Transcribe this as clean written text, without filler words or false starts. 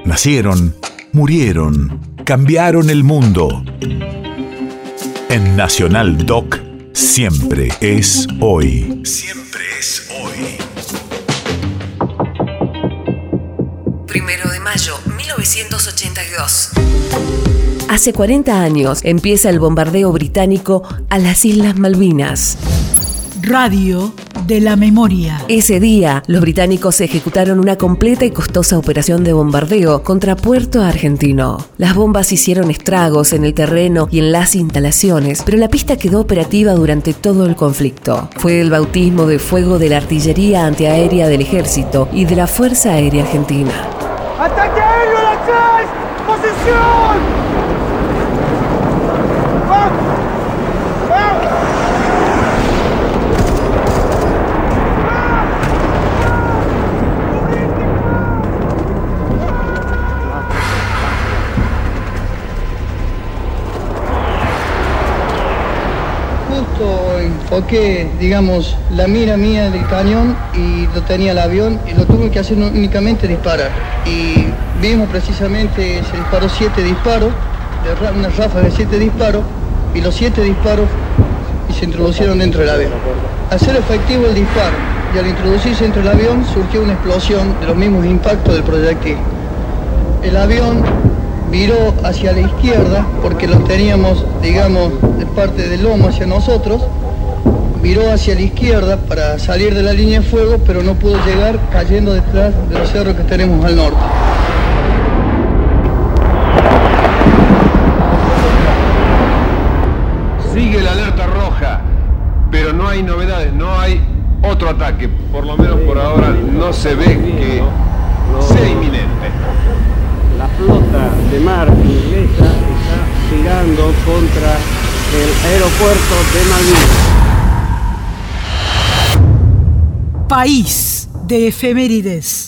Nacieron, murieron, cambiaron el mundo. En Nacional Doc, siempre es hoy. Siempre es hoy. 1 de mayo, 1982. Hace 40 años empieza el bombardeo británico a las Islas Malvinas. Radio de la memoria. Ese día, los británicos ejecutaron una completa y costosa operación de bombardeo contra Puerto Argentino. Las bombas hicieron estragos en el terreno y en las instalaciones, pero la pista quedó operativa durante todo el conflicto. Fue el bautismo de fuego de la artillería antiaérea del Ejército y de la Fuerza Aérea Argentina. ¡Ataque aéreo a las 6! ¡Posición! Justo enfoqué, digamos, la mira mía del cañón y lo tenía el avión y lo tuve que hacer únicamente disparar. Y vimos precisamente, se disparó 7 disparos, una ráfaga de 7 disparos, y los 7 disparos se introducieron dentro del avión. Al ser efectivo el disparo y al introducirse dentro del avión surgió una explosión de los mismos impactos del proyectil. El avión viró hacia la izquierda porque lo teníamos, digamos, de parte del lomo hacia nosotros. Viró hacia la izquierda para salir de la línea de fuego, pero no pudo llegar cayendo detrás de los cerros que tenemos al norte. Sigue la alerta roja, pero no hay novedades, no hay otro ataque. Por lo menos por ahora no se ve que sea inminente. La flota de mar inglesa está tirando contra el aeropuerto de Malvinas. País de efemérides.